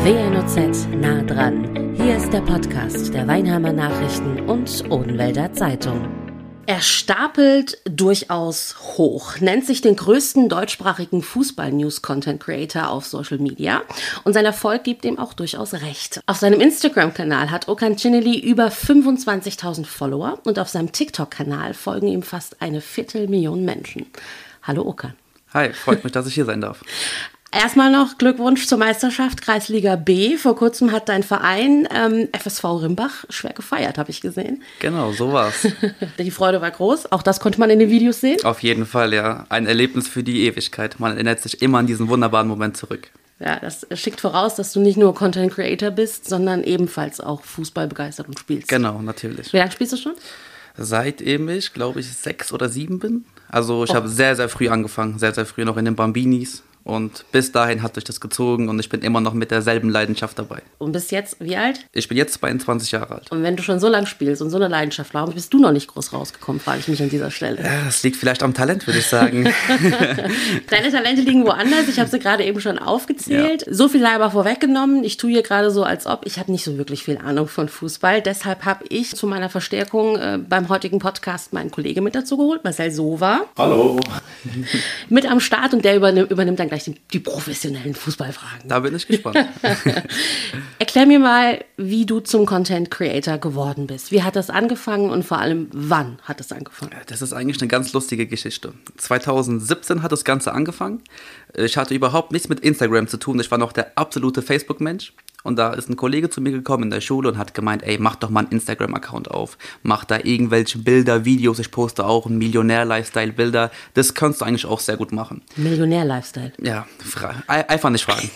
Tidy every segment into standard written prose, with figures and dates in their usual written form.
WNOZ nah dran. Hier ist der Podcast der Weinheimer Nachrichten und Odenwälder Zeitung. Er stapelt durchaus hoch, nennt sich den größten deutschsprachigen Fußball-News-Content-Creator auf Social Media und sein Erfolg gibt ihm auch durchaus recht. Auf seinem Instagram-Kanal hat Okan Cineli über 25.000 Follower und auf seinem TikTok-Kanal folgen ihm fast 250.000 Menschen. Hallo Okan. Hi, freut mich, dass ich hier sein darf. Erstmal noch Glückwunsch zur Meisterschaft Kreisliga B. Vor kurzem hat dein Verein FSV Rimbach schwer gefeiert, habe ich gesehen. Genau, so war's. Die Freude war groß, auch das konnte man in den Videos sehen. Auf jeden Fall, ja. Ein Erlebnis für die Ewigkeit. Man erinnert sich immer an diesen wunderbaren Moment zurück. Ja, das schickt voraus, dass du nicht nur Content Creator bist, sondern ebenfalls auch Fußball begeistert und spielst. Genau, natürlich. Wie lange spielst du schon? Seitdem ich, glaube ich, 6 oder 7 bin. Also ich habe sehr, sehr früh angefangen, sehr, sehr früh noch in den Bambinis. Und bis dahin hat sich das gezogen und ich bin immer noch mit derselben Leidenschaft dabei. Und bist jetzt wie alt? Ich bin jetzt 22 Jahre alt. Und wenn du schon so lange spielst und so eine Leidenschaft, warum bist du noch nicht groß rausgekommen, frage ich mich an dieser Stelle. Ja, das liegt vielleicht am Talent, würde ich sagen. Deine Talente liegen woanders, ich habe sie gerade eben schon aufgezählt. Ja. So viel aber vorweggenommen, ich tue hier gerade so, als ob, ich habe nicht so wirklich viel Ahnung von Fußball. Deshalb habe ich zu meiner Verstärkung beim heutigen Podcast meinen Kollegen mit dazu geholt, Marcel Sova. Hallo. Mit am Start und der übernimmt dann gleich die professionellen Fußballfragen. Da bin ich gespannt. Erklär mir mal, wie du zum Content Creator geworden bist. Wie hat das angefangen und vor allem, wann hat es angefangen? Das ist eigentlich eine ganz lustige Geschichte. 2017 hat das Ganze angefangen. Ich hatte überhaupt nichts mit Instagram zu tun. Ich war noch der absolute Facebook-Mensch. Und da ist ein Kollege zu mir gekommen in der Schule und hat gemeint, ey, mach doch mal einen Instagram-Account auf. Mach da irgendwelche Bilder, Videos. Ich poste auch Millionär-Lifestyle-Bilder. Das kannst du eigentlich auch sehr gut machen. Millionär-Lifestyle? Ja, einfach nicht fragen.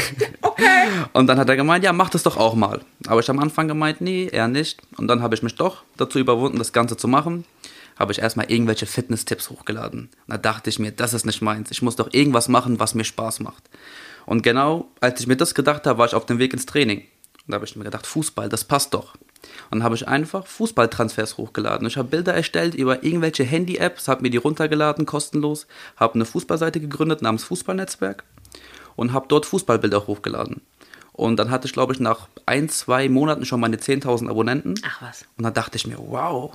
Okay. Und dann hat er gemeint, ja, mach das doch auch mal. Aber ich habe am Anfang gemeint, nee, eher nicht. Und dann habe ich mich doch dazu überwunden, das Ganze zu machen. Habe ich erstmal irgendwelche Fitness-Tipps hochgeladen. Und da dachte ich mir, das ist nicht meins. Ich muss doch irgendwas machen, was mir Spaß macht. Und genau, als ich mir das gedacht habe, war ich auf dem Weg ins Training. Und da habe ich mir gedacht, Fußball, das passt doch. Und dann habe ich einfach Fußballtransfers hochgeladen. Ich habe Bilder erstellt über irgendwelche Handy-Apps, habe mir die runtergeladen, kostenlos, habe eine Fußballseite gegründet namens Fußballnetzwerk und habe dort Fußballbilder hochgeladen. Und dann hatte ich, glaube ich, nach 1-2 Monaten schon meine 10.000 Abonnenten. Ach was. Und dann dachte ich mir, wow,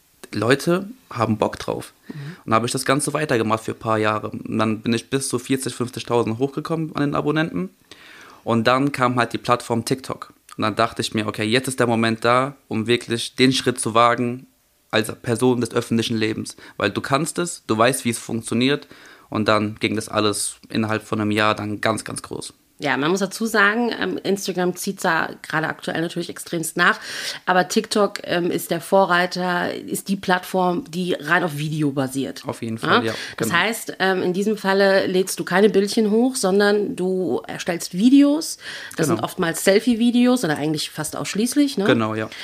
Leute haben Bock drauf. Und dann habe ich das Ganze weitergemacht für ein paar Jahre. Und dann bin ich bis zu 40.000, 50.000 hochgekommen an den Abonnenten. Und dann kam halt die Plattform TikTok. Und dann dachte ich mir, okay, jetzt ist der Moment da, um wirklich den Schritt zu wagen als Person des öffentlichen Lebens. Weil du kannst es, du weißt, wie es funktioniert. Und dann ging das alles innerhalb von einem Jahr dann ganz, ganz groß. Ja, man muss dazu sagen, Instagram zieht da gerade aktuell natürlich extremst nach, aber TikTok ist der Vorreiter, ist die Plattform, die rein auf Video basiert. Auf jeden Fall, ja. Das heißt, in diesem Falle lädst du keine Bildchen hoch, sondern du erstellst Videos. Das sind oftmals Selfie-Videos oder eigentlich fast ausschließlich. Ne? Genau, ja.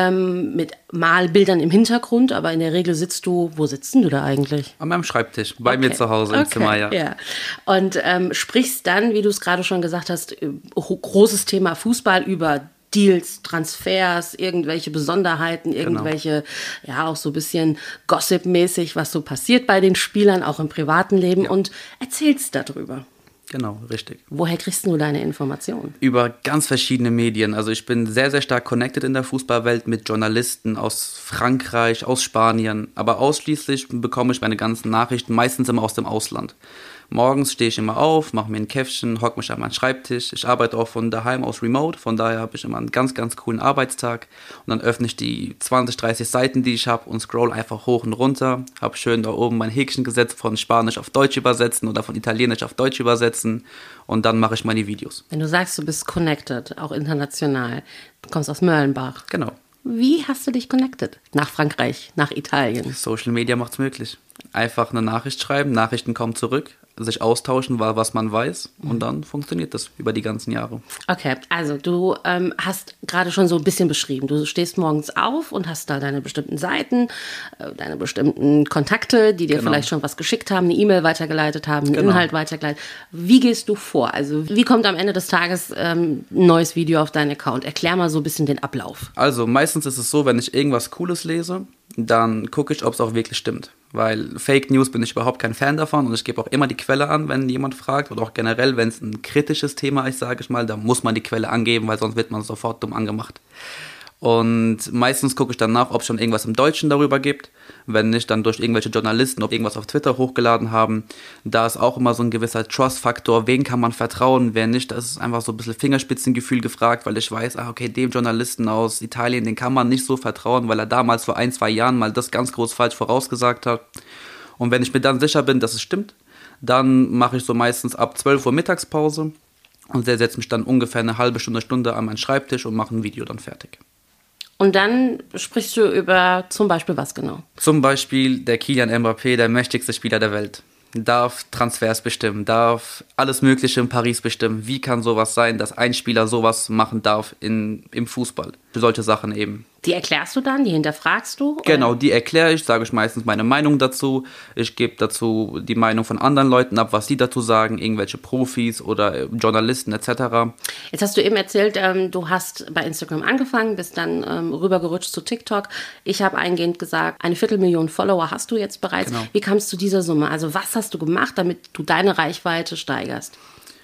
Mit Malbildern im Hintergrund, aber in der Regel wo sitzt denn du da eigentlich? An meinem Schreibtisch, bei mir zu Hause im Zimmer, ja. Und sprichst dann, wie du es gerade schon gesagt hast, großes Thema Fußball über Deals, Transfers, irgendwelche Besonderheiten, irgendwelche, ja, auch so ein bisschen Gossip-mäßig, was so passiert bei den Spielern, auch im privaten Leben und erzählst darüber. Genau, richtig. Woher kriegst du deine Informationen? Über ganz verschiedene Medien. Also ich bin sehr, sehr stark connected in der Fußballwelt mit Journalisten aus Frankreich, aus Spanien. Aber ausschließlich bekomme ich meine ganzen Nachrichten meistens immer aus dem Ausland. Morgens stehe ich immer auf, mache mir ein Käffchen, hocke mich an meinen Schreibtisch. Ich arbeite auch von daheim aus remote, von daher habe ich immer einen ganz, ganz coolen Arbeitstag. Und dann öffne ich die 20, 30 Seiten, die ich habe und scroll einfach hoch und runter. Habe schön da oben mein Häkchen gesetzt, von Spanisch auf Deutsch übersetzen oder von Italienisch auf Deutsch übersetzen. Und dann mache ich meine Videos. Wenn du sagst, du bist connected, auch international, du kommst aus Mörlenbach. Genau. Wie hast du dich connected? Nach Frankreich, nach Italien? Social Media macht's möglich. Einfach eine Nachricht schreiben, Nachrichten kommen zurück, sich austauschen, was man weiß und dann funktioniert das über die ganzen Jahre. Okay, also du hast gerade schon so ein bisschen beschrieben, du stehst morgens auf und hast da deine bestimmten Seiten, deine bestimmten Kontakte, die dir vielleicht schon was geschickt haben, eine E-Mail weitergeleitet haben, einen Inhalt weitergeleitet. Wie gehst du vor? Also wie kommt am Ende des Tages ein neues Video auf deinen Account? Erklär mal so ein bisschen den Ablauf. Also meistens ist es so, wenn ich irgendwas Cooles lese, dann gucke ich, ob es auch wirklich stimmt. weil Fake News bin ich überhaupt kein Fan davon und ich gebe auch immer die Quelle an, wenn jemand fragt oder auch generell, wenn es ein kritisches Thema ist, sage ich mal, da muss man die Quelle angeben, weil sonst wird man sofort dumm angemacht. Und meistens gucke ich dann nach, ob es schon irgendwas im Deutschen darüber gibt. Wenn nicht, dann durch irgendwelche Journalisten, ob irgendwas auf Twitter hochgeladen haben. Da ist auch immer so ein gewisser Trust-Faktor. Wen kann man vertrauen, wer nicht? Das ist einfach so ein bisschen Fingerspitzengefühl gefragt, weil ich weiß, okay, dem Journalisten aus Italien, den kann man nicht so vertrauen, weil er damals vor 1-2 Jahren mal das ganz groß falsch vorausgesagt hat. Und wenn ich mir dann sicher bin, dass es stimmt, dann mache ich so meistens ab 12 Uhr Mittagspause und der setzt mich dann ungefähr eine halbe Stunde an meinen Schreibtisch und mache ein Video dann fertig. Und dann sprichst du über zum Beispiel was genau? Zum Beispiel der Kylian Mbappé, der mächtigste Spieler der Welt. Darf Transfers bestimmen, darf alles Mögliche in Paris bestimmen. Wie kann sowas sein, dass ein Spieler sowas machen darf im Fußball? Solche Sachen eben. Die erklärst du dann, die hinterfragst du? Genau, die erkläre ich, sage ich meistens meine Meinung dazu. Ich gebe dazu die Meinung von anderen Leuten ab, was die dazu sagen, irgendwelche Profis oder Journalisten etc. Jetzt hast du eben erzählt, du hast bei Instagram angefangen, bist dann rübergerutscht zu TikTok. Ich habe eingehend gesagt, 250.000 Follower hast du jetzt bereits. Genau. Wie kamst du zu dieser Summe? Also was hast du gemacht, damit du deine Reichweite steigerst?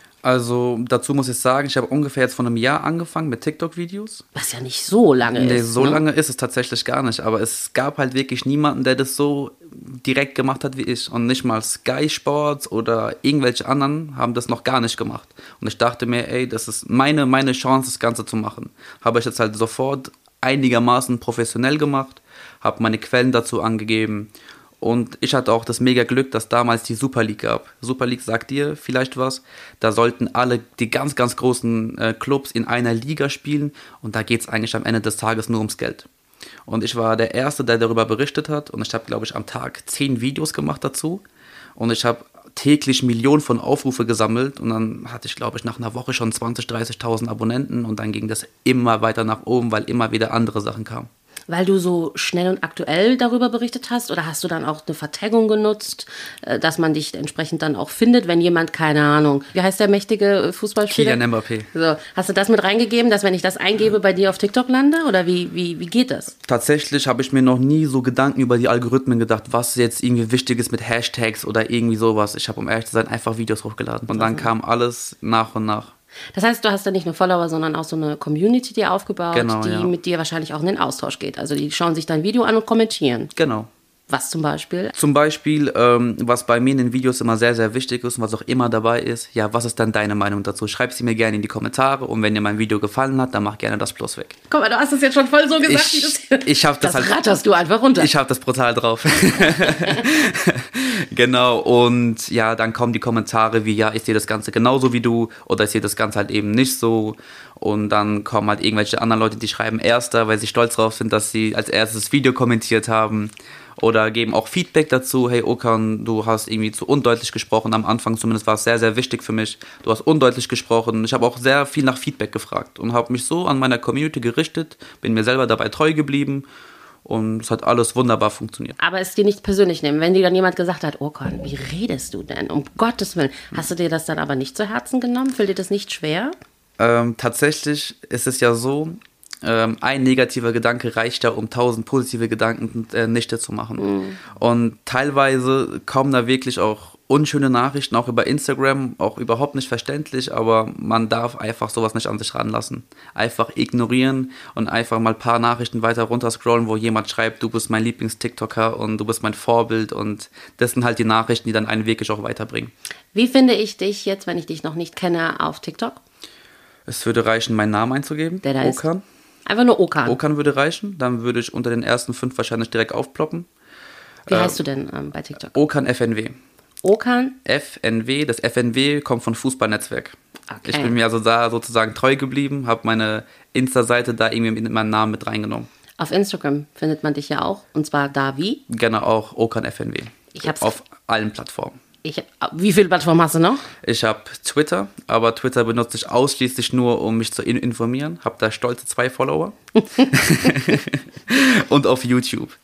Also dazu muss ich sagen, ich habe ungefähr jetzt vor einem Jahr angefangen mit TikTok-Videos. Was ja nicht so lange ist. Nee, so lange ist es tatsächlich gar nicht. Aber es gab halt wirklich niemanden, der das so direkt gemacht hat wie ich. Und nicht mal Sky Sports oder irgendwelche anderen haben das noch gar nicht gemacht. Und ich dachte mir, das ist meine Chance, das Ganze zu machen. Habe ich jetzt halt sofort einigermaßen professionell gemacht, habe meine Quellen dazu angegeben. Und ich hatte auch das mega Glück, dass damals die Super League gab. Super League sagt dir vielleicht was. Da sollten alle die ganz, ganz großen Clubs in einer Liga spielen. Und da geht es eigentlich am Ende des Tages nur ums Geld. Und ich war der Erste, der darüber berichtet hat. Und ich habe, glaube ich, am Tag 10 Videos gemacht dazu. Und ich habe täglich Millionen von Aufrufe gesammelt. Und dann hatte ich, glaube ich, nach einer Woche schon 20.000, 30.000 Abonnenten. Und dann ging das immer weiter nach oben, weil immer wieder andere Sachen kamen. Weil du so schnell und aktuell darüber berichtet hast? Oder hast du dann auch eine Vertaggung genutzt, dass man dich entsprechend dann auch findet, wenn jemand, keine Ahnung, wie heißt der mächtige Fußballspieler? Kylian Mbappé. So, hast du das mit reingegeben, dass wenn ich das eingebe, bei dir auf TikTok lande? Oder wie geht das? Tatsächlich habe ich mir noch nie so Gedanken über die Algorithmen gedacht, was jetzt irgendwie wichtig ist mit Hashtags oder irgendwie sowas. Ich habe, um ehrlich zu sein, einfach Videos hochgeladen. Und dann kam alles nach und nach. Das heißt, du hast dann nicht nur Follower, sondern auch so eine Community dir aufgebaut, genau, die mit dir wahrscheinlich auch in den Austausch geht. Also die schauen sich dein Video an und kommentieren. Genau. Was zum Beispiel? Zum Beispiel, was bei mir in den Videos immer sehr, sehr wichtig ist und was auch immer dabei ist, ja, was ist dann deine Meinung dazu? Schreib sie mir gerne in die Kommentare und wenn dir mein Video gefallen hat, dann mach gerne das Plus weg. Guck mal, du hast es jetzt schon voll so gesagt, wie ich hab das halt, ratterst du einfach runter. Ich habe das brutal drauf. Genau, und ja, dann kommen die Kommentare wie, ja, ich sehe das Ganze genauso wie du oder ich sehe das Ganze halt eben nicht so. Und dann kommen halt irgendwelche anderen Leute, die schreiben Erster, weil sie stolz drauf sind, dass sie als erstes das Video kommentiert haben. Oder geben auch Feedback dazu, hey Okan, du hast irgendwie zu undeutlich gesprochen, am Anfang zumindest war es sehr, sehr wichtig für mich. Du hast undeutlich gesprochen. Ich habe auch sehr viel nach Feedback gefragt und habe mich so an meiner Community gerichtet, bin mir selber dabei treu geblieben und es hat alles wunderbar funktioniert. Aber es dir nicht persönlich nehmen, wenn dir dann jemand gesagt hat, Okan, wie redest du denn? Um Gottes Willen. Hast du dir das dann aber nicht zu Herzen genommen? Fällt dir das nicht schwer? Tatsächlich ist es ja so, ein negativer Gedanke reicht ja, um 1000 positive Gedanken nichte zu machen. Und teilweise kommen da wirklich auch unschöne Nachrichten, auch über Instagram, auch überhaupt nicht verständlich, aber man darf einfach sowas nicht an sich ranlassen. Einfach ignorieren und einfach mal ein paar Nachrichten weiter runterscrollen, wo jemand schreibt, du bist mein Lieblings-TikToker und du bist mein Vorbild und das sind halt die Nachrichten, die dann einen wirklich auch weiterbringen. Wie finde ich dich jetzt, wenn ich dich noch nicht kenne, auf TikTok? Es würde reichen, meinen Namen einzugeben, der da Okan. Ist? Einfach nur Okan. Okan würde reichen, dann würde ich unter den ersten 5 wahrscheinlich direkt aufploppen. Wie heißt du denn bei TikTok? Okan FNW. Okan? FNW, das FNW kommt von Fußballnetzwerk. Okay. Ich bin mir also da sozusagen treu geblieben, habe meine Insta-Seite da irgendwie mit meinem Namen mit reingenommen. Auf Instagram findet man dich ja auch, und zwar da wie? Genau, auch Okan FNW. Auf allen Plattformen. Wie viele Plattformen hast du noch? Ich habe Twitter, aber Twitter benutze ich ausschließlich nur, um mich zu informieren. Habe da stolze 2 Follower. Und auf YouTube.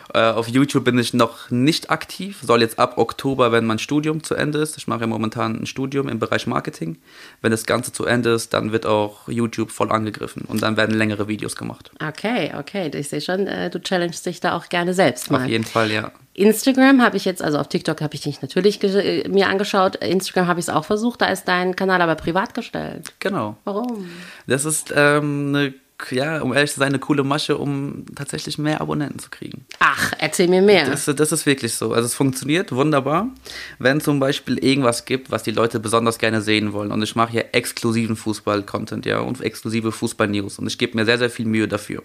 Auf YouTube bin ich noch nicht aktiv, soll jetzt ab Oktober, wenn mein Studium zu Ende ist. Ich mache ja momentan ein Studium im Bereich Marketing. Wenn das Ganze zu Ende ist, dann wird auch YouTube voll angegriffen und dann werden längere Videos gemacht. Okay. Ich sehe schon, du challengest dich da auch gerne selbst mal. Auf jeden Fall, ja. Instagram habe ich jetzt, also auf TikTok habe ich dich natürlich mir angeschaut. Instagram habe ich es auch versucht, da ist dein Kanal aber privat gestellt. Genau. Warum? Das ist um ehrlich zu sein, eine coole Masche, um tatsächlich mehr Abonnenten zu kriegen. Ach, erzähl mir mehr. Das ist wirklich so. Also es funktioniert wunderbar, wenn zum Beispiel irgendwas gibt, was die Leute besonders gerne sehen wollen. Und ich mache hier exklusiven Fußball-Content, ja, und exklusive Fußball-News. Und ich gebe mir sehr, sehr viel Mühe dafür.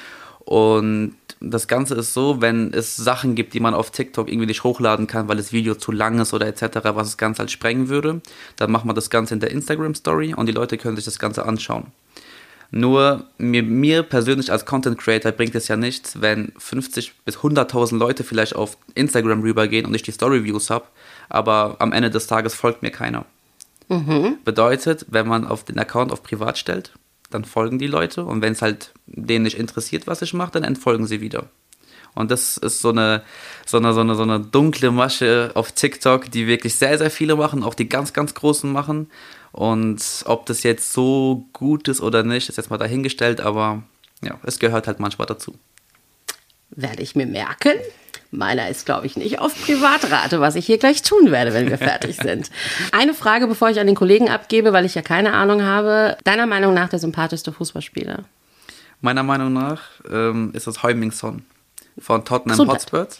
Und das Ganze ist so, wenn es Sachen gibt, die man auf TikTok irgendwie nicht hochladen kann, weil das Video zu lang ist oder etc., was das Ganze halt sprengen würde, dann macht man das Ganze in der Instagram-Story und die Leute können sich das Ganze anschauen. Nur mir persönlich als Content Creator bringt es ja nichts, wenn 50 bis 100.000 Leute vielleicht auf Instagram rübergehen und ich die Story-Views habe, aber am Ende des Tages folgt mir keiner. Bedeutet, wenn man auf den Account auf privat stellt, dann folgen die Leute und wenn es halt denen nicht interessiert, was ich mache, dann entfolgen sie wieder. Und das ist so eine dunkle Masche auf TikTok, die wirklich sehr, sehr viele machen, auch die ganz, ganz Großen machen. Und ob das jetzt so gut ist oder nicht, ist jetzt mal dahingestellt, aber ja, es gehört halt manchmal dazu. Werde ich mir merken. Meiner ist, glaube ich, nicht auf Privatrate, was ich hier gleich tun werde, wenn wir fertig sind. Eine Frage, bevor ich an den Kollegen abgebe, weil ich ja keine Ahnung habe. Deiner Meinung nach der sympathischste Fußballspieler? Meiner Meinung nach ist das Heung-min Son von Tottenham Hotspurs.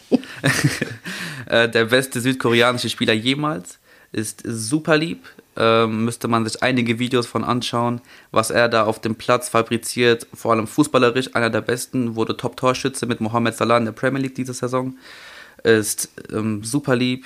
Der beste südkoreanische Spieler jemals. Ist super lieb. Müsste man sich einige Videos von anschauen, was er da auf dem Platz fabriziert, vor allem fußballerisch, einer der besten, wurde Top-Torschütze mit Mohamed Salah in der Premier League diese Saison, ist super lieb,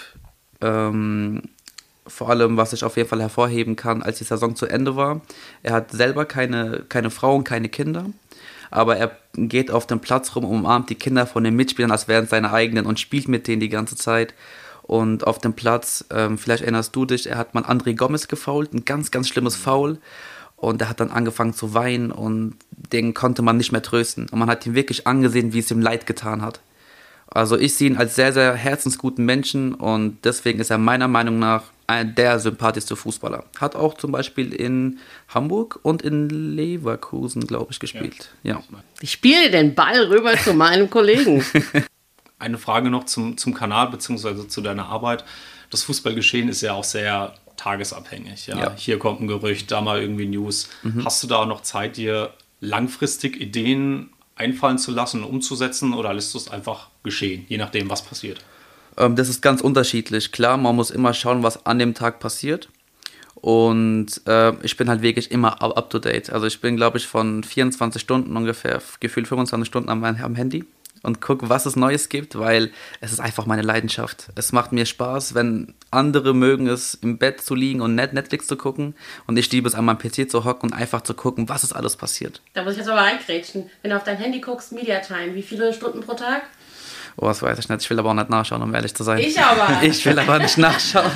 vor allem, was ich auf jeden Fall hervorheben kann, als die Saison zu Ende war, er hat selber keine Frau und keine Kinder, aber er geht auf dem Platz rum, umarmt die Kinder von den Mitspielern, als wären es seine eigenen und spielt mit denen die ganze Zeit. Und auf dem Platz, vielleicht erinnerst du dich, er hat mal André Gomes gefoult, ein ganz, ganz schlimmes Foul. Und er hat dann angefangen zu weinen und den konnte man nicht mehr trösten. Und man hat ihm wirklich angesehen, wie es ihm leid getan hat. Also ich sehe ihn als sehr, sehr herzensguten Menschen und deswegen ist er meiner Meinung nach der sympathischste Fußballer. Hat auch zum Beispiel in Hamburg und in Leverkusen, glaube ich, gespielt. Ja. Ich spiele den Ball rüber zu meinem Kollegen. Eine Frage noch zum Kanal bzw. zu deiner Arbeit. Das Fußballgeschehen ist ja auch sehr tagesabhängig. Ja? Hier kommt ein Gerücht, da mal irgendwie News. Hast du da noch Zeit, dir langfristig Ideen einfallen zu lassen, umzusetzen oder lässt du es einfach geschehen, je nachdem, was passiert? Das ist ganz unterschiedlich. Klar, man muss immer schauen, was an dem Tag passiert. Und ich bin halt wirklich immer up to date. Also ich bin, glaube ich, von 24 Stunden ungefähr, gefühlt 25 Stunden am Handy. Und gucke, was es Neues gibt, weil es ist einfach meine Leidenschaft. Es macht mir Spaß, wenn andere mögen es, im Bett zu liegen und Netflix zu gucken. Und ich liebe es, an meinem PC zu hocken und einfach zu gucken, was ist alles passiert. Da muss ich jetzt aber reingrätschen. Wenn du auf dein Handy guckst, Mediatime, wie viele Stunden pro Tag? Oh, das weiß ich nicht. Ich will aber auch nicht nachschauen, um ehrlich zu sein. Ich aber. Ich will aber nicht nachschauen.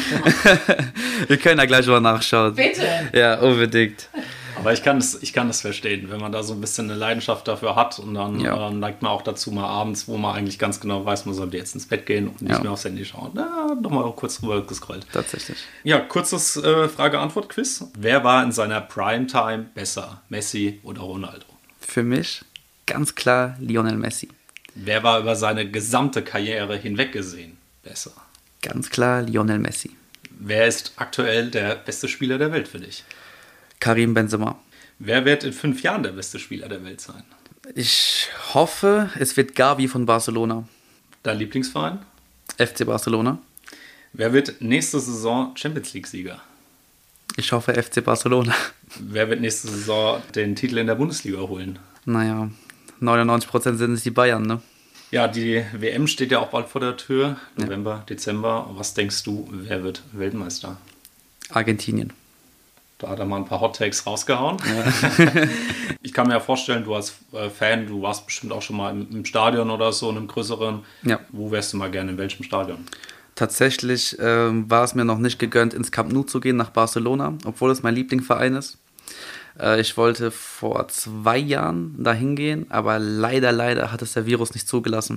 Wir können ja gleich mal nachschauen. Bitte. Ja, unbedingt. Aber ich kann das verstehen, wenn man da so ein bisschen eine Leidenschaft dafür hat und dann neigt man auch dazu mal abends, wo man eigentlich ganz genau weiß, man sollte jetzt ins Bett gehen und nicht mehr aufs Handy schauen. Nochmal kurz rüber gescrollt. Tatsächlich. Ja, kurzes Frage-Antwort-Quiz. Wer war in seiner Primetime besser, Messi oder Ronaldo? Für mich ganz klar Lionel Messi. Wer war über seine gesamte Karriere hinweg gesehen besser? Ganz klar Lionel Messi. Wer ist aktuell der beste Spieler der Welt für dich? Karim Benzema. Wer wird in 5 Jahren der beste Spieler der Welt sein? Ich hoffe, es wird Gavi von Barcelona. Dein Lieblingsverein? FC Barcelona. Wer wird nächste Saison Champions League-Sieger? Ich hoffe FC Barcelona. Wer wird nächste Saison den Titel in der Bundesliga holen? Naja, 99% sind es die Bayern, ne? Ja, die WM steht ja auch bald vor der Tür. November, Dezember. Was denkst du, wer wird Weltmeister? Argentinien. Da hat er mal ein paar Hot Takes rausgehauen. Ja. Ich kann mir ja vorstellen, du als Fan, du warst bestimmt auch schon mal im Stadion oder so, in einem größeren. Ja. Wo wärst du mal gerne, in welchem Stadion? Tatsächlich war es mir noch nicht gegönnt, ins Camp Nou zu gehen, nach Barcelona, obwohl es mein Lieblingsverein ist. Ich wollte vor 2 Jahren dahin gehen, aber leider hat es der Virus nicht zugelassen.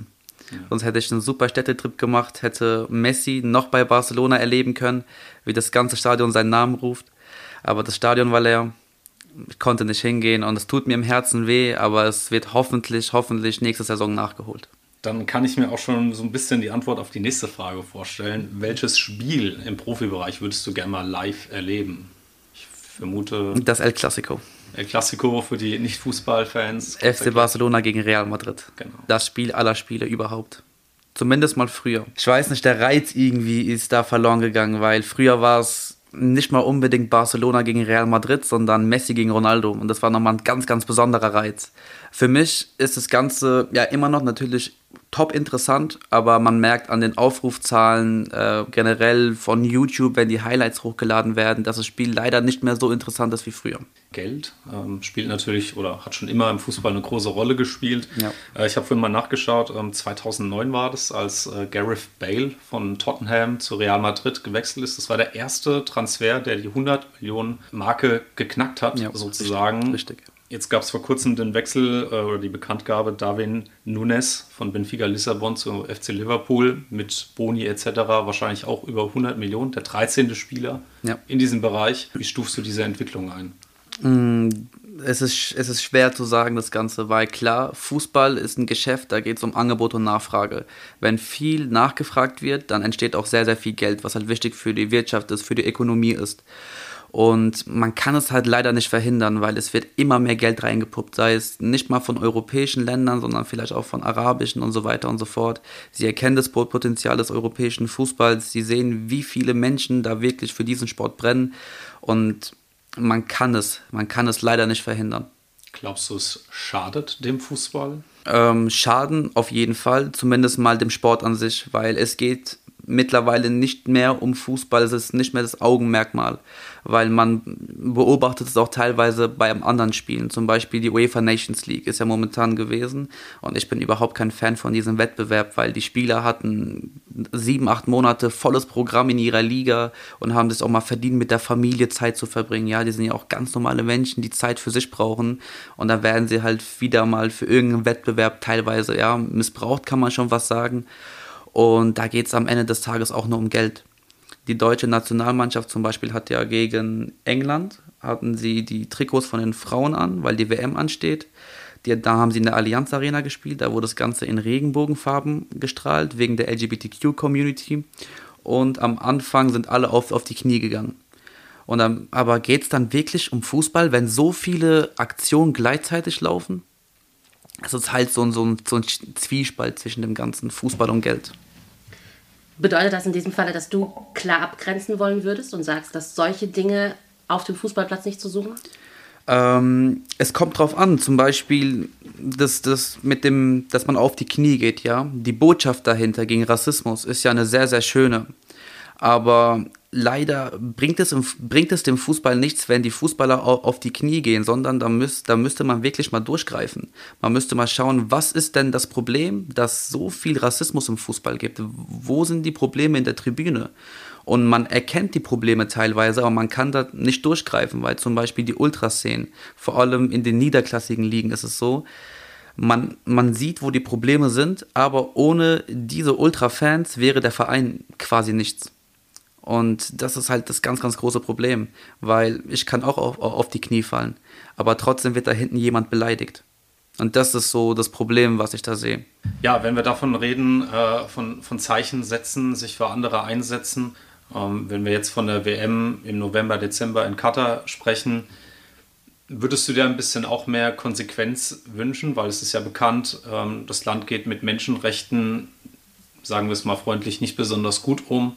Sonst hätte ich einen super Städtetrip gemacht, hätte Messi noch bei Barcelona erleben können, wie das ganze Stadion seinen Namen ruft. Aber das Stadion war leer. Ich konnte nicht hingehen und es tut mir im Herzen weh, aber es wird hoffentlich nächste Saison nachgeholt. Dann kann ich mir auch schon so ein bisschen die Antwort auf die nächste Frage vorstellen. Welches Spiel im Profibereich würdest du gerne mal live erleben? Ich vermute... Das El Clasico. El Clasico für die Nicht-Fußballfans. FC Barcelona gegen Real Madrid. Genau. Das Spiel aller Spiele überhaupt. Zumindest mal früher. Ich weiß nicht, der Reiz irgendwie ist da verloren gegangen, weil früher war es nicht mal unbedingt Barcelona gegen Real Madrid, sondern Messi gegen Ronaldo. Und das war nochmal ein ganz, ganz besonderer Reiz. Für mich ist das Ganze ja immer noch natürlich top interessant, aber man merkt an den Aufrufzahlen generell von YouTube, wenn die Highlights hochgeladen werden, dass das Spiel leider nicht mehr so interessant ist wie früher. Geld spielt natürlich oder hat schon immer im Fußball eine große Rolle gespielt. Ja. Ich habe vorhin mal nachgeschaut, 2009 war das, als Gareth Bale von Tottenham zu Real Madrid gewechselt ist. Das war der erste Transfer, der die 100 Millionen Marke geknackt hat, ja, sozusagen. Richtig. Jetzt gab es vor kurzem den Wechsel oder die Bekanntgabe Darwin Núñez von Benfica Lissabon zu FC Liverpool mit Boni etc. wahrscheinlich auch über 100 Millionen, der 13. Spieler in diesem Bereich. Wie stufst du diese Entwicklung ein? Es ist schwer zu sagen, das Ganze, weil klar, Fußball ist ein Geschäft, da geht es um Angebot und Nachfrage. Wenn viel nachgefragt wird, dann entsteht auch sehr, sehr viel Geld, was halt wichtig für die Wirtschaft ist, für die Ökonomie ist. Und man kann es halt leider nicht verhindern, weil es wird immer mehr Geld reingepuppt, sei es nicht mal von europäischen Ländern, sondern vielleicht auch von arabischen und so weiter und so fort. Sie erkennen das Potenzial des europäischen Fußballs, sie sehen, wie viele Menschen da wirklich für diesen Sport brennen und man kann es leider nicht verhindern. Glaubst du, es schadet dem Fußball? Schaden auf jeden Fall, zumindest mal dem Sport an sich, weil es geht mittlerweile nicht mehr um Fußball, es ist nicht mehr das Augenmerkmal, weil man beobachtet es auch teilweise bei anderen Spielen, zum Beispiel die UEFA Nations League ist ja momentan gewesen und ich bin überhaupt kein Fan von diesem Wettbewerb, weil die Spieler hatten 7-8 Monate volles Programm in ihrer Liga und haben das auch mal verdient, mit der Familie Zeit zu verbringen, ja, die sind ja auch ganz normale Menschen, die Zeit für sich brauchen und dann werden sie halt wieder mal für irgendeinen Wettbewerb teilweise, ja, missbraucht, kann man schon was sagen. Und da geht es am Ende des Tages auch nur um Geld. Die deutsche Nationalmannschaft zum Beispiel hat ja gegen England, hatten sie die Trikots von den Frauen an, weil die WM ansteht. Da haben sie in der Allianz Arena gespielt, da wurde das Ganze in Regenbogenfarben gestrahlt, wegen der LGBTQ-Community. Und am Anfang sind alle auf die Knie gegangen. Und aber geht es dann wirklich um Fußball, wenn so viele Aktionen gleichzeitig laufen? Es ist halt so ein Zwiespalt zwischen dem ganzen Fußball und Geld. Bedeutet das in diesem Falle, dass du klar abgrenzen wollen würdest und sagst, dass solche Dinge auf dem Fußballplatz nicht zu suchen? Es kommt drauf an, zum Beispiel das mit dem, dass man auf die Knie geht, ja. Die Botschaft dahinter gegen Rassismus ist ja eine sehr, sehr schöne. Aber leider bringt es dem Fußball nichts, wenn die Fußballer auf die Knie gehen, sondern da müsste man wirklich mal durchgreifen. Man müsste mal schauen, was ist denn das Problem, dass so viel Rassismus im Fußball gibt? Wo sind die Probleme in der Tribüne? Und man erkennt die Probleme teilweise, aber man kann da nicht durchgreifen, weil zum Beispiel die Ultraszenen, vor allem in den niederklassigen Ligen ist es so, man sieht, wo die Probleme sind, aber ohne diese Ultrafans wäre der Verein quasi nichts. Und das ist halt das ganz, ganz große Problem, weil ich kann auch auf die Knie fallen, aber trotzdem wird da hinten jemand beleidigt. Und das ist so das Problem, was ich da sehe. Ja, wenn wir davon reden, von Zeichen setzen, sich für andere einsetzen, wenn wir jetzt von der WM im November, Dezember in Katar sprechen, würdest du dir ein bisschen auch mehr Konsequenz wünschen? Weil es ist ja bekannt, das Land geht mit Menschenrechten, sagen wir es mal freundlich, nicht besonders gut um.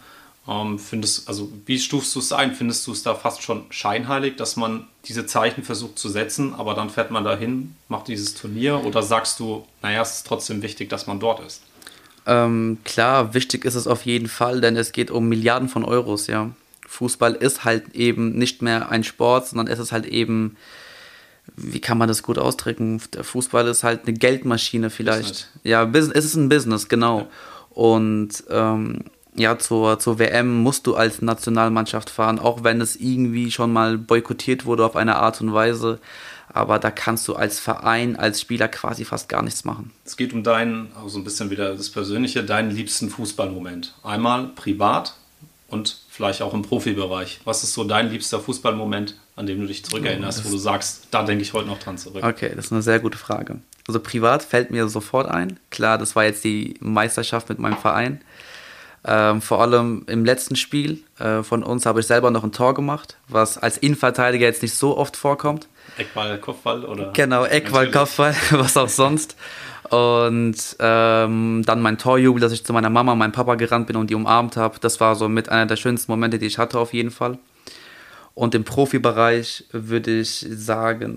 Wie stufst du es ein? Findest du es da fast schon scheinheilig, dass man diese Zeichen versucht zu setzen, aber dann fährt man dahin, macht dieses Turnier? Oder sagst du, naja, es ist trotzdem wichtig, dass man dort ist? Klar, wichtig ist es auf jeden Fall, denn es geht um Milliarden von Euros, ja. Fußball ist halt eben nicht mehr ein Sport, sondern es ist halt eben, wie kann man das gut ausdrücken? Der Fußball ist halt eine Geldmaschine vielleicht. Business. Ja, es ist ein Business, genau. Ja. Und ja, zur WM musst du als Nationalmannschaft fahren, auch wenn es irgendwie schon mal boykottiert wurde auf eine Art und Weise. Aber da kannst du als Verein, als Spieler quasi fast gar nichts machen. Es geht um auch so ein bisschen wieder das Persönliche, deinen liebsten Fußballmoment. Einmal privat und vielleicht auch im Profibereich. Was ist so dein liebster Fußballmoment, an dem du dich zurückerinnerst, wo du sagst, da denke ich heute noch dran zurück? Okay, das ist eine sehr gute Frage. Also privat fällt mir sofort ein. Klar, das war jetzt die Meisterschaft mit meinem Verein. Vor allem im letzten Spiel von uns habe ich selber noch ein Tor gemacht, was als Innenverteidiger jetzt nicht so oft vorkommt. Eckball, Kopfball oder? Genau, Eckball, Kopfball, was auch sonst. Und dann mein Torjubel, dass ich zu meiner Mama und meinem Papa gerannt bin und die umarmt habe. Das war so mit einer der schönsten Momente, die ich hatte auf jeden Fall. Und im Profibereich würde ich sagen,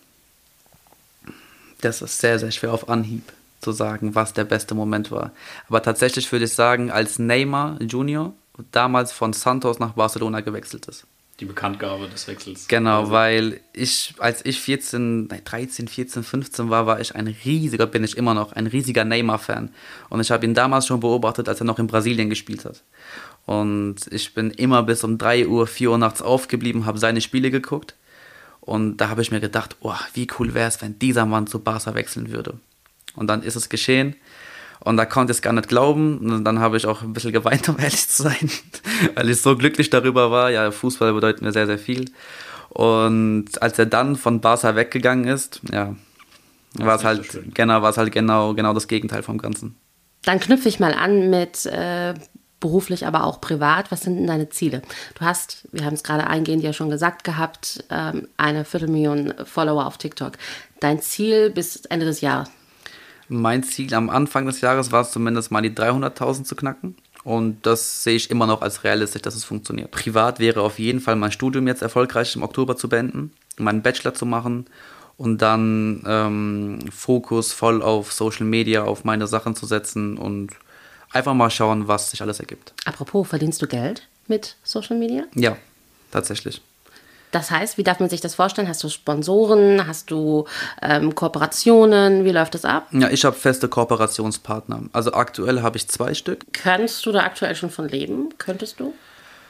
das ist sehr, sehr schwer auf Anhieb zu sagen, was der beste Moment war. Aber tatsächlich würde ich sagen, als Neymar Junior damals von Santos nach Barcelona gewechselt ist. Die Bekanntgabe des Wechsels. Genau, weil als ich 13, 14, 15 war ich bin ich immer noch ein riesiger Neymar-Fan. Und ich habe ihn damals schon beobachtet, als er noch in Brasilien gespielt hat. Und ich bin immer bis um 3 Uhr, 4 Uhr nachts aufgeblieben, habe seine Spiele geguckt. Und da habe ich mir gedacht, wie cool wäre es, wenn dieser Mann zu Barca wechseln würde. Und dann ist es geschehen. Und da konnte ich es gar nicht glauben. Und dann habe ich auch ein bisschen geweint, um ehrlich zu sein, weil ich so glücklich darüber war. Ja, Fußball bedeutet mir sehr, sehr viel. Und als er dann von Barca weggegangen ist, war es halt genau das Gegenteil vom Ganzen. Dann knüpfe ich mal an mit beruflich, aber auch privat. Was sind denn deine Ziele? Du hast, wir haben es gerade eingehend ja schon gesagt gehabt, 250.000 Follower auf TikTok. Dein Ziel bis Ende des Jahres? Mein Ziel am Anfang des Jahres war es zumindest mal die 300.000 zu knacken. Und das sehe ich immer noch als realistisch, dass es funktioniert. Privat wäre auf jeden Fall mein Studium jetzt erfolgreich im Oktober zu beenden, meinen Bachelor zu machen und dann Fokus voll auf Social Media, auf meine Sachen zu setzen und einfach mal schauen, was sich alles ergibt. Apropos, verdienst du Geld mit Social Media? Ja, tatsächlich. Das heißt, wie darf man sich das vorstellen? Hast du Sponsoren? Hast du Kooperationen? Wie läuft das ab? Ja, ich habe feste Kooperationspartner. Also aktuell habe ich 2 Stück. Kannst du da aktuell schon von leben? Könntest du?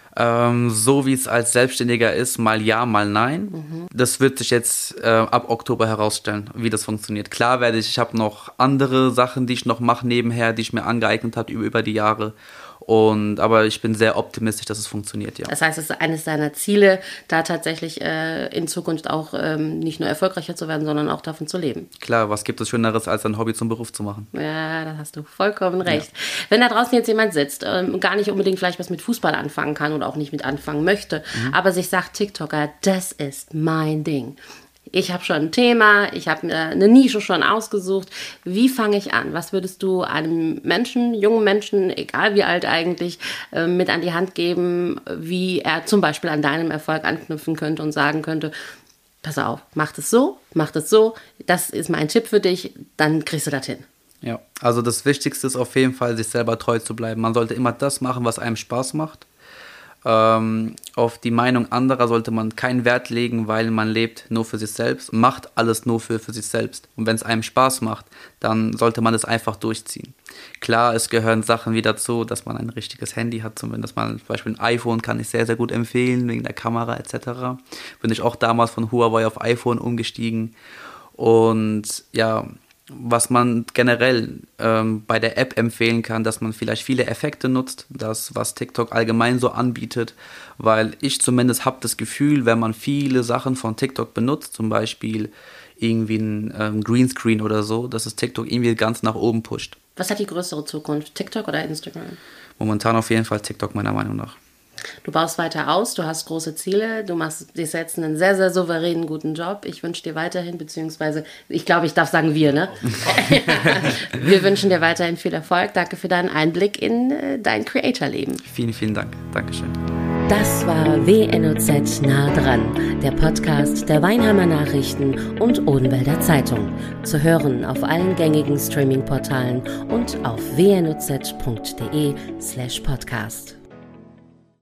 So wie es als Selbstständiger ist, mal ja, mal nein. Das wird sich jetzt ab Oktober herausstellen, wie das funktioniert. Klar ich habe noch andere Sachen, die ich noch mache nebenher, die ich mir angeeignet habe über die Jahre. Aber ich bin sehr optimistisch, dass es funktioniert, ja. Das heißt, es ist eines deiner Ziele, da tatsächlich in Zukunft auch nicht nur erfolgreicher zu werden, sondern auch davon zu leben. Klar, was gibt es Schöneres, als ein Hobby zum Beruf zu machen? Ja, da hast du vollkommen recht. Ja. Wenn da draußen jetzt jemand sitzt, gar nicht unbedingt vielleicht was mit Fußball anfangen kann oder auch nicht mit anfangen möchte, aber sich sagt, TikToker, das ist mein Ding. Ich habe schon ein Thema, ich habe eine Nische schon ausgesucht. Wie fange ich an? Was würdest du einem Menschen, jungen Menschen, egal wie alt eigentlich, mit an die Hand geben, wie er zum Beispiel an deinem Erfolg anknüpfen könnte und sagen könnte, pass auf, mach das so, das ist mein Tipp für dich, dann kriegst du das hin. Ja, also das Wichtigste ist auf jeden Fall, sich selber treu zu bleiben. Man sollte immer das machen, was einem Spaß macht. Auf die Meinung anderer sollte man keinen Wert legen, weil man lebt nur für sich selbst, macht alles nur für sich selbst. Und wenn es einem Spaß macht, dann sollte man es einfach durchziehen. Klar, es gehören Sachen wie dazu, dass man ein richtiges Handy hat, zumindest mal zum Beispiel ein iPhone kann ich sehr, sehr gut empfehlen, wegen der Kamera etc. Bin ich auch damals von Huawei auf iPhone umgestiegen. Und ja, was man generell bei der App empfehlen kann, dass man vielleicht viele Effekte nutzt, das, was TikTok allgemein so anbietet, weil ich zumindest habe das Gefühl, wenn man viele Sachen von TikTok benutzt, zum Beispiel irgendwie ein Greenscreen oder so, dass es TikTok irgendwie ganz nach oben pusht. Was hat die größere Zukunft, TikTok oder Instagram? Momentan auf jeden Fall TikTok, meiner Meinung nach. Du baust weiter aus, du hast große Ziele, du machst dir jetzt einen sehr, sehr souveränen, guten Job. Ich wünsche dir weiterhin, beziehungsweise, ich glaube, ich darf sagen wir, ne? Wir wünschen dir weiterhin viel Erfolg. Danke für deinen Einblick in dein Creator-Leben. Vielen, vielen Dank. Dankeschön. Das war WNOZ nah dran, der Podcast der Weinheimer Nachrichten und Odenwälder Zeitung. Zu hören auf allen gängigen Streaming-Portalen und auf wnoz.de/podcast.